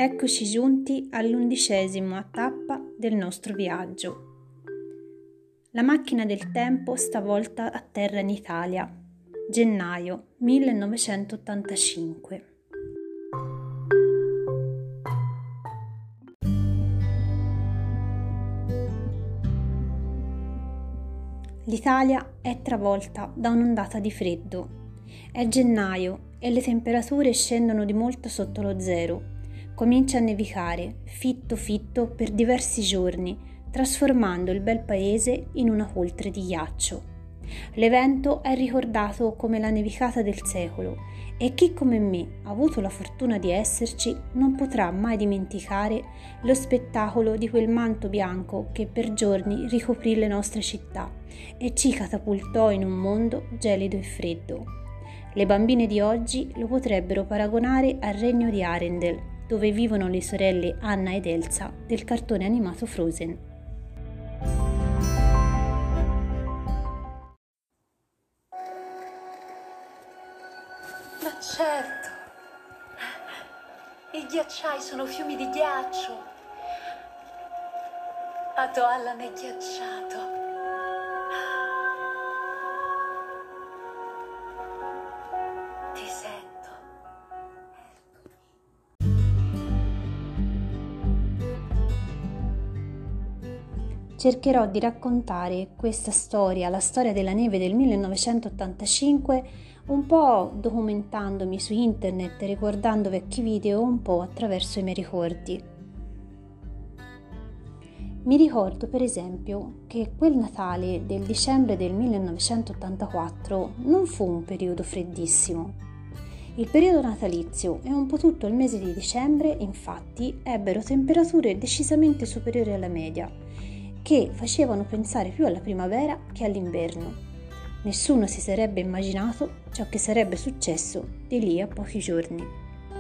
Eccoci giunti all'11ª tappa del nostro viaggio. La macchina del tempo stavolta atterra in Italia, gennaio 1985. L'Italia è travolta da un'ondata di freddo. È gennaio e le temperature scendono di molto sotto lo zero. Comincia a nevicare, fitto fitto per diversi giorni, trasformando il bel paese in una coltre di ghiaccio. L'evento è ricordato come la nevicata del secolo e chi come me ha avuto la fortuna di esserci non potrà mai dimenticare lo spettacolo di quel manto bianco che per giorni ricoprì le nostre città e ci catapultò in un mondo gelido e freddo. Le bambine di oggi lo potrebbero paragonare al regno di Arendelle, dove vivono le sorelle Anna ed Elsa del cartone animato Frozen. Ma certo, i ghiacciai sono fiumi di ghiaccio. Atoallan è ghiacciato. Ti sento. Cercherò di raccontare questa storia, la storia della neve del 1985, un po' documentandomi su internet, riguardando vecchi video, un po' attraverso i miei ricordi. Mi ricordo per esempio che quel Natale del dicembre del 1984 non fu un periodo freddissimo. Il periodo natalizio e un po' tutto il mese di dicembre, infatti, ebbero temperature decisamente superiori alla media, che facevano pensare più alla primavera che all'inverno. Nessuno si sarebbe immaginato ciò che sarebbe successo di lì a pochi giorni.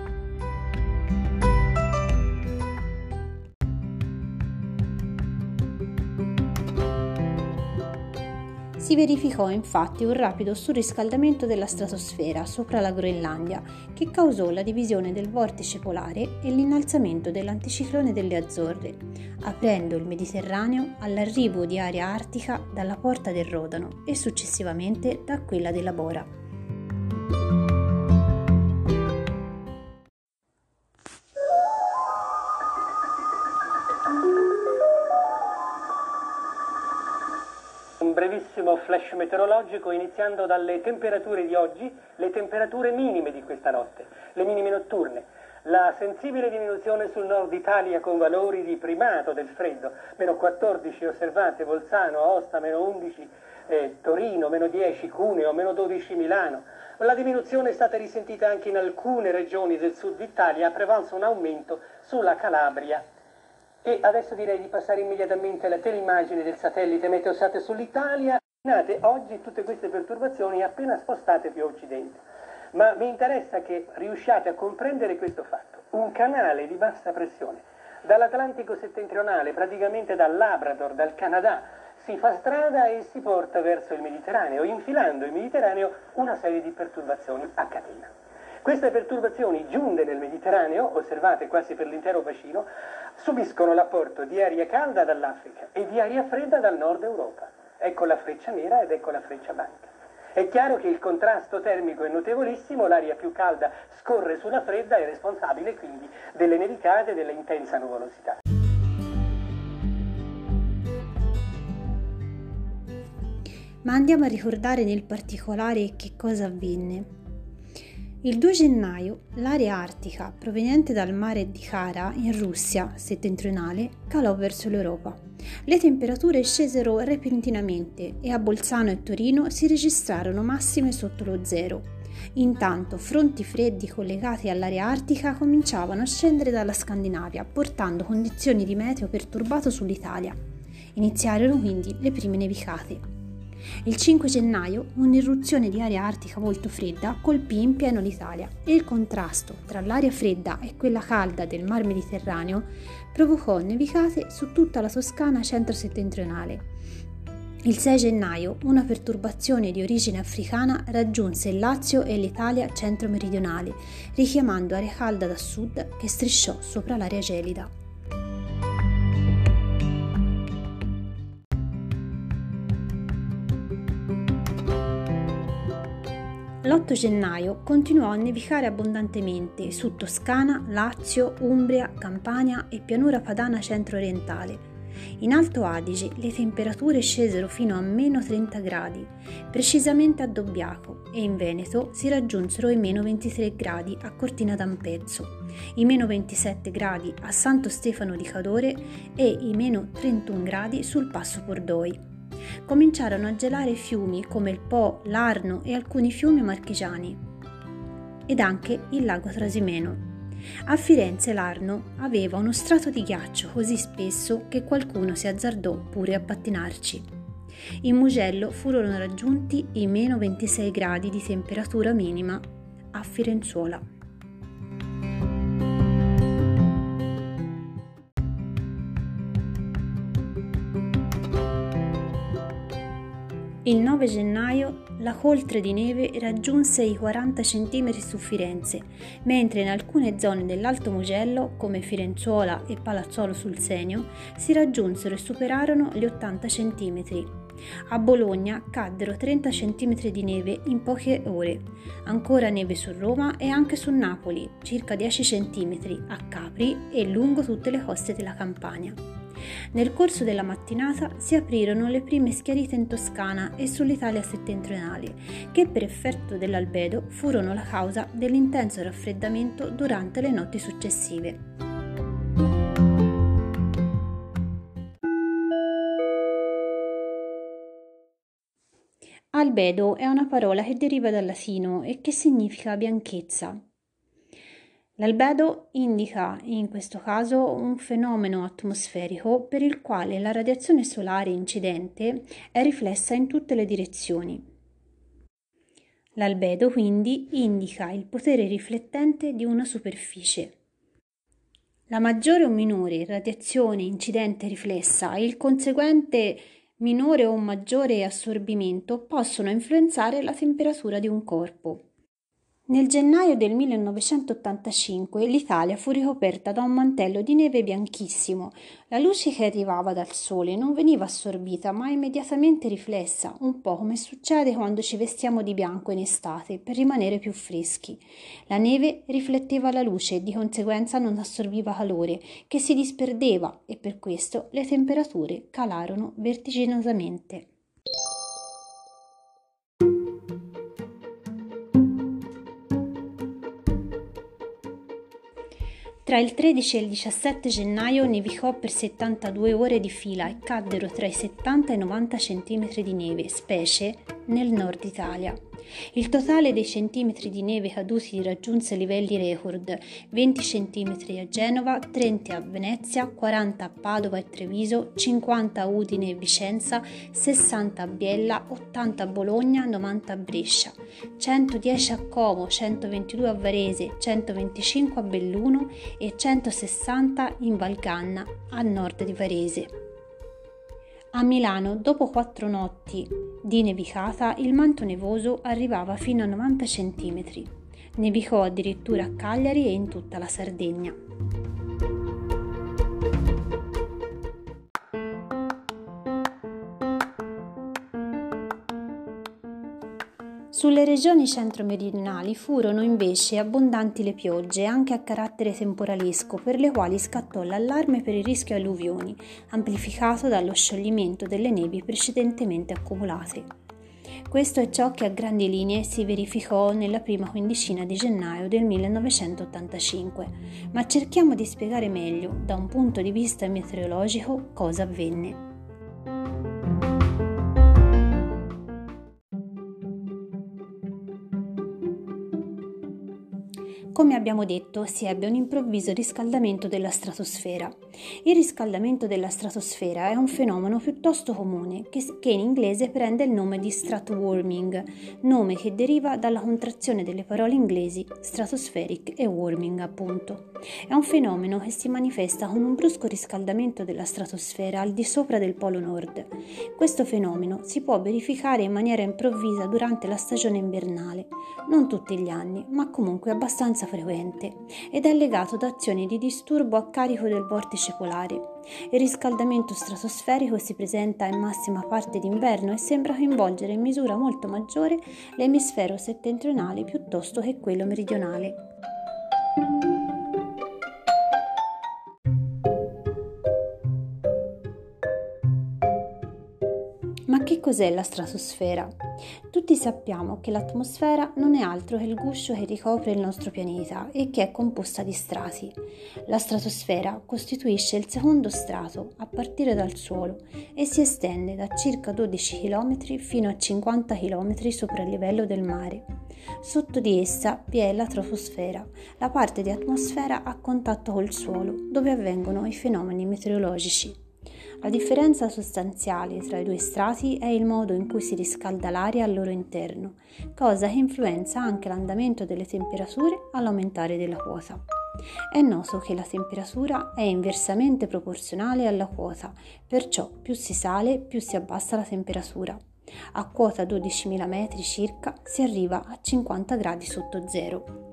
Si verificò infatti un rapido surriscaldamento della stratosfera sopra la Groenlandia che causò la divisione del vortice polare e l'innalzamento dell'anticiclone delle Azzorre, aprendo il Mediterraneo all'arrivo di aria artica dalla porta del Rodano e successivamente da quella della Bora. Un brevissimo flash meteorologico iniziando dalle temperature di oggi, le temperature minime di questa notte, le minime notturne. La sensibile diminuzione sul nord Italia con valori di primato del freddo, meno 14 osservate Bolzano, Aosta, meno 11 Torino, meno 10 Cuneo, meno 12 Milano. La diminuzione è stata risentita anche in alcune regioni del sud Italia, ha prevalso un aumento sulla Calabria. E adesso direi di passare immediatamente alla teleimmagine del satellite Meteosat sull'Italia. Oggi tutte queste perturbazioni appena spostate più a occidente. Ma mi interessa che riusciate a comprendere questo fatto. Un canale di bassa pressione dall'Atlantico settentrionale, praticamente dal Labrador, dal Canada, si fa strada e si porta verso il Mediterraneo, infilando in Mediterraneo una serie di perturbazioni a catena. Queste perturbazioni giunte nel Mediterraneo, osservate quasi per l'intero bacino, subiscono l'apporto di aria calda dall'Africa e di aria fredda dal nord Europa. Ecco la freccia nera ed ecco la freccia bianca. È chiaro che il contrasto termico è notevolissimo, l'aria più calda scorre sulla fredda e è responsabile quindi delle nevicate e della intensa nuvolosità. Ma andiamo a ricordare nel particolare che cosa avvenne. Il 2 gennaio l'area artica proveniente dal mare di Kara in Russia settentrionale calò verso l'Europa. Le temperature scesero repentinamente e a Bolzano e Torino si registrarono massime sotto lo zero. Intanto fronti freddi collegati all'area artica cominciavano a scendere dalla Scandinavia, portando condizioni di meteo perturbato sull'Italia. Iniziarono quindi le prime nevicate. Il 5 gennaio un'irruzione di aria artica molto fredda colpì in pieno l'Italia e il contrasto tra l'aria fredda e quella calda del Mar Mediterraneo provocò nevicate su tutta la Toscana centro-settentrionale. Il 6 gennaio una perturbazione di origine africana raggiunse il Lazio e l'Italia centro-meridionale, richiamando aria calda da sud che strisciò sopra l'aria gelida. L'8 gennaio continuò a nevicare abbondantemente su Toscana, Lazio, Umbria, Campania e pianura padana centro-orientale. In Alto Adige le temperature scesero fino a meno 30 gradi, precisamente a Dobbiaco, e in Veneto si raggiunsero i meno 23 gradi a Cortina d'Ampezzo, i meno 27 gradi a Santo Stefano di Cadore e i meno 31 gradi sul Passo Pordoi. Cominciarono a gelare fiumi come il Po, l'Arno e alcuni fiumi marchigiani, ed anche il lago Trasimeno. A Firenze l'Arno aveva uno strato di ghiaccio così spesso che qualcuno si azzardò pure a pattinarci. In Mugello furono raggiunti i meno 26 gradi di temperatura minima a Firenzuola. Il 9 gennaio la coltre di neve raggiunse i 40 cm su Firenze, mentre in alcune zone dell'Alto Mugello, come Firenzuola e Palazzolo sul Senio, si raggiunsero e superarono gli 80 cm. A Bologna caddero 30 cm di neve in poche ore, ancora neve su Roma e anche su Napoli, circa 10 cm a Capri e lungo tutte le coste della Campania. Nel corso della mattinata si aprirono le prime schiarite in Toscana e sull'Italia settentrionale, che per effetto dell'albedo furono la causa dell'intenso raffreddamento durante le notti successive. Albedo è una parola che deriva dal latino e che significa bianchezza. L'albedo indica in questo caso un fenomeno atmosferico per il quale la radiazione solare incidente è riflessa in tutte le direzioni. L'albedo quindi indica il potere riflettente di una superficie. La maggiore o minore radiazione incidente riflessa e il conseguente minore o maggiore assorbimento possono influenzare la temperatura di un corpo. Nel gennaio del 1985 l'Italia fu ricoperta da un mantello di neve bianchissimo. La luce che arrivava dal sole non veniva assorbita ma immediatamente riflessa, un po' come succede quando ci vestiamo di bianco in estate per rimanere più freschi. La neve rifletteva la luce e di conseguenza non assorbiva calore, che si disperdeva, e per questo le temperature calarono vertiginosamente. Tra il 13 e il 17 gennaio nevicò per 72 ore di fila e caddero tra i 70 e i 90 cm di neve, specie nel nord Italia. Il totale dei centimetri di neve caduti raggiunse livelli record: 20 cm a Genova, 30 a Venezia, 40 a Padova e Treviso, 50 a Udine e Vicenza, 60 a Biella, 80 a Bologna, 90 a Brescia, 110 a Como, 122 a Varese, 125 a Belluno e 160 in Valganna, a nord di Varese. A Milano, dopo 4 notti di nevicata, il manto nevoso arrivava fino a 90 cm. Nevicò addirittura a Cagliari e in tutta la Sardegna. Sulle regioni centro-meridionali furono invece abbondanti le piogge, anche a carattere temporalesco, per le quali scattò l'allarme per il rischio alluvioni, amplificato dallo scioglimento delle nevi precedentemente accumulate. Questo è ciò che a grandi linee si verificò nella prima quindicina di gennaio del 1985, ma cerchiamo di spiegare meglio, da un punto di vista meteorologico, cosa avvenne. Come abbiamo detto, si ebbe un improvviso riscaldamento della stratosfera. Il riscaldamento della stratosfera è un fenomeno piuttosto comune che in inglese prende il nome di stratwarming, nome che deriva dalla contrazione delle parole inglesi stratospheric e warming, appunto. È un fenomeno che si manifesta con un brusco riscaldamento della stratosfera al di sopra del polo nord. Questo fenomeno si può verificare in maniera improvvisa durante la stagione invernale, non tutti gli anni, ma comunque abbastanza frequente, ed è legato ad azioni di disturbo a carico del vortice polare. Il riscaldamento stratosferico si presenta in massima parte d'inverno e sembra coinvolgere in misura molto maggiore l'emisfero settentrionale piuttosto che quello meridionale. Ma che cos'è la stratosfera? Tutti sappiamo che l'atmosfera non è altro che il guscio che ricopre il nostro pianeta e che è composta di strati. La stratosfera costituisce il secondo strato a partire dal suolo e si estende da circa 12 km fino a 50 km sopra il livello del mare. Sotto di essa vi è la troposfera, la parte di atmosfera a contatto col suolo, dove avvengono i fenomeni meteorologici. La differenza sostanziale tra i due strati è il modo in cui si riscalda l'aria al loro interno, cosa che influenza anche l'andamento delle temperature all'aumentare della quota. È noto che la temperatura è inversamente proporzionale alla quota, perciò più si sale più si abbassa la temperatura. A quota 12.000 metri circa si arriva a 50 gradi sotto zero.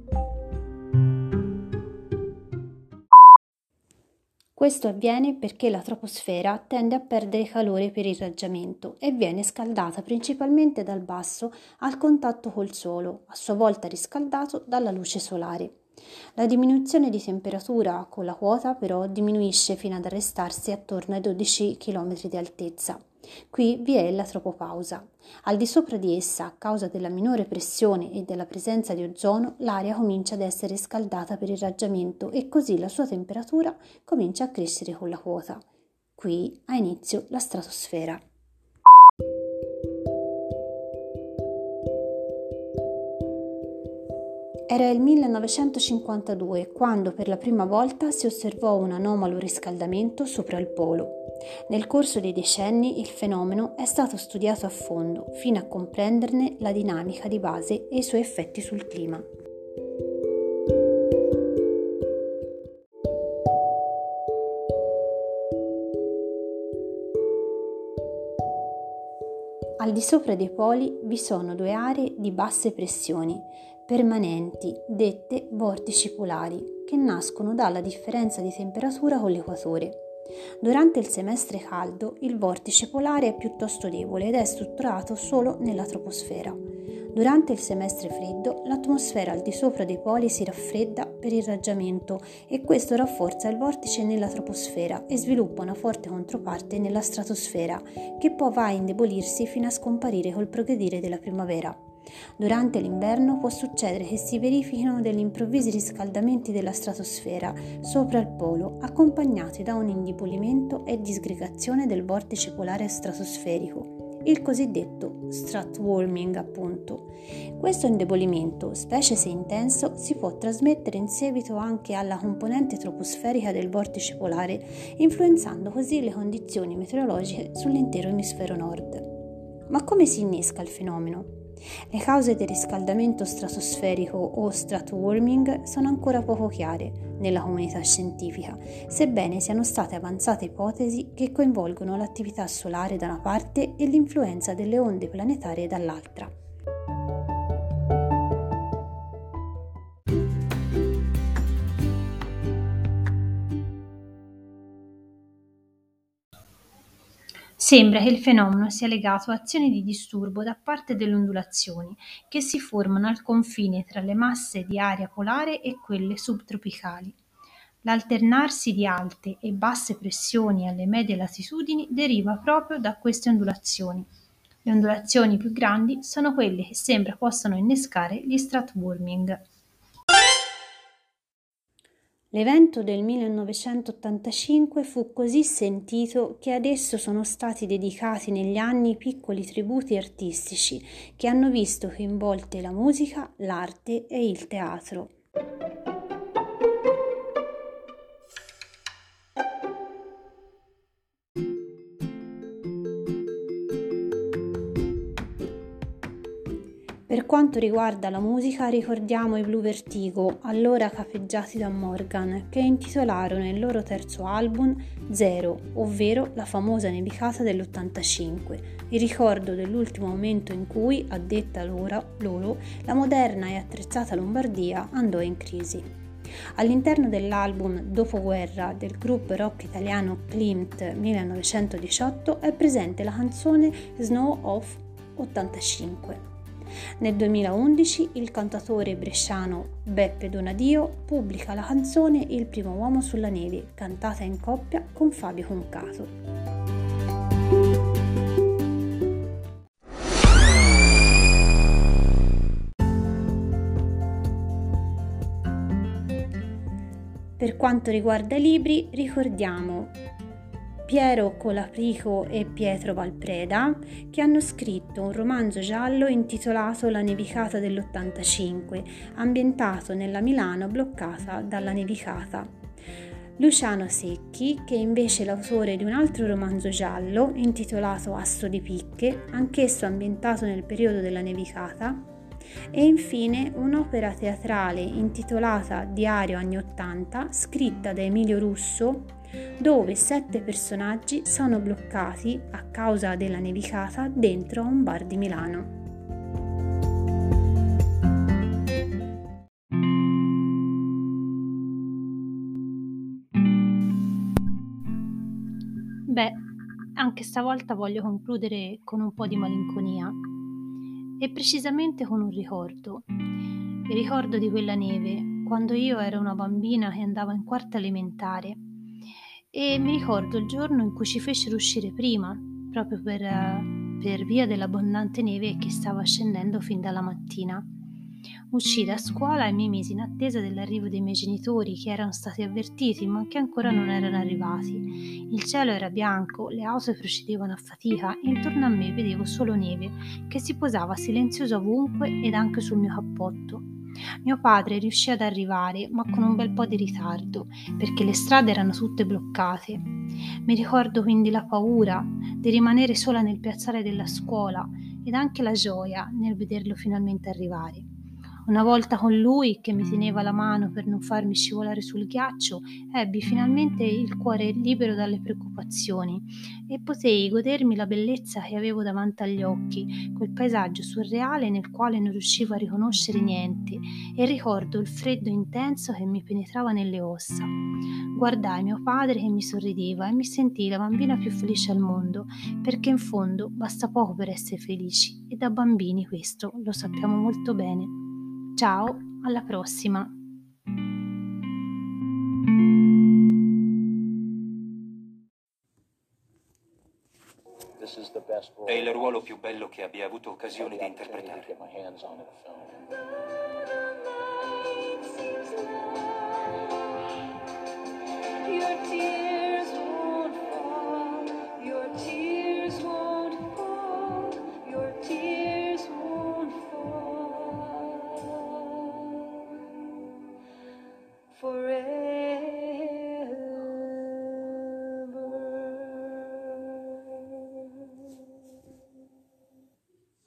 Questo avviene perché la troposfera tende a perdere calore per irraggiamento e viene scaldata principalmente dal basso al contatto col suolo, a sua volta riscaldato dalla luce solare. La diminuzione di temperatura con la quota però diminuisce fino ad arrestarsi attorno ai 12 km di altezza. Qui vi è la tropopausa. Al di sopra di essa, a causa della minore pressione e della presenza di ozono, l'aria comincia ad essere scaldata per irraggiamento e così la sua temperatura comincia a crescere con la quota. Qui ha inizio la stratosfera. Era il 1952 quando per la prima volta si osservò un anomalo riscaldamento sopra il polo. Nel corso dei decenni il fenomeno è stato studiato a fondo fino a comprenderne la dinamica di base e i suoi effetti sul clima. Al di sopra dei poli vi sono due aree di basse pressioni permanenti, dette vortici polari, che nascono dalla differenza di temperatura con l'equatore. Durante il semestre caldo il vortice polare è piuttosto debole ed è strutturato solo nella troposfera. Durante il semestre freddo l'atmosfera al di sopra dei poli si raffredda per irraggiamento e questo rafforza il vortice nella troposfera e sviluppa una forte controparte nella stratosfera che poi va a indebolirsi fino a scomparire col progredire della primavera. Durante l'inverno può succedere che si verifichino degli improvvisi riscaldamenti della stratosfera sopra il polo, accompagnati da un indebolimento e disgregazione del vortice polare stratosferico, il cosiddetto stratwarming, appunto. Questo indebolimento, specie se intenso, si può trasmettere in seguito anche alla componente troposferica del vortice polare, influenzando così le condizioni meteorologiche sull'intero emisfero nord. Ma come si innesca il fenomeno? Le cause del riscaldamento stratosferico o stratwarming sono ancora poco chiare nella comunità scientifica, sebbene siano state avanzate ipotesi che coinvolgono l'attività solare da una parte e l'influenza delle onde planetarie dall'altra. Sembra che il fenomeno sia legato a azioni di disturbo da parte delle ondulazioni che si formano al confine tra le masse di aria polare e quelle subtropicali. L'alternarsi di alte e basse pressioni alle medie latitudini deriva proprio da queste ondulazioni. Le ondulazioni più grandi sono quelle che sembra possano innescare gli stratwarming. L'evento del 1985 fu così sentito che ad esso sono stati dedicati negli anni piccoli tributi artistici che hanno visto coinvolte la musica, l'arte e il teatro. Per quanto riguarda la musica, ricordiamo i Blue Vertigo, allora capeggiati da Morgan, che intitolarono il loro terzo album Zero, ovvero la famosa nevicata dell'85, il ricordo dell'ultimo momento in cui, a detta loro, la moderna e attrezzata Lombardia andò in crisi. All'interno dell'album Dopoguerra del gruppo rock italiano Klimt 1918 è presente la canzone Snow of 85. Nel 2011 il cantautore bresciano Beppe Donadio pubblica la canzone Il primo uomo sulla neve, cantata in coppia con Fabio Concato. Per quanto riguarda i libri, ricordiamo Piero Colaprico e Pietro Valpreda, che hanno scritto un romanzo giallo intitolato La nevicata dell'85, ambientato nella Milano bloccata dalla nevicata. Luciano Secchi, che è invece l'autore di un altro romanzo giallo intitolato Asso di picche, anch'esso ambientato nel periodo della nevicata. E infine un'opera teatrale intitolata Diario anni 80, scritta da Emilio Russo, dove 7 personaggi sono bloccati a causa della nevicata dentro a un bar di Milano. Beh, anche stavolta voglio concludere con un po' di malinconia e precisamente con un ricordo. Il ricordo di quella neve, quando io ero una bambina che andava in quarta elementare. E mi ricordo il giorno in cui ci fecero uscire prima, proprio per via dell'abbondante neve che stava scendendo fin dalla mattina. Uscii da scuola e mi misi in attesa dell'arrivo dei miei genitori, che erano stati avvertiti ma che ancora non erano arrivati. Il cielo era bianco, le auto procedevano a fatica e intorno a me vedevo solo neve che si posava silenziosa ovunque ed anche sul mio cappotto. Mio padre riuscì ad arrivare, ma con un bel po' di ritardo, perché le strade erano tutte bloccate. Mi ricordo quindi la paura di rimanere sola nel piazzale della scuola ed anche la gioia nel vederlo finalmente arrivare. Una volta con lui, che mi teneva la mano per non farmi scivolare sul ghiaccio, ebbi finalmente il cuore libero dalle preoccupazioni e potei godermi la bellezza che avevo davanti agli occhi, quel paesaggio surreale nel quale non riuscivo a riconoscere niente, e ricordo il freddo intenso che mi penetrava nelle ossa. Guardai mio padre che mi sorrideva e mi sentii la bambina più felice al mondo, perché in fondo basta poco per essere felici e da bambini questo lo sappiamo molto bene. Ciao, alla prossima! È il ruolo più bello che abbia avuto occasione di interpretare.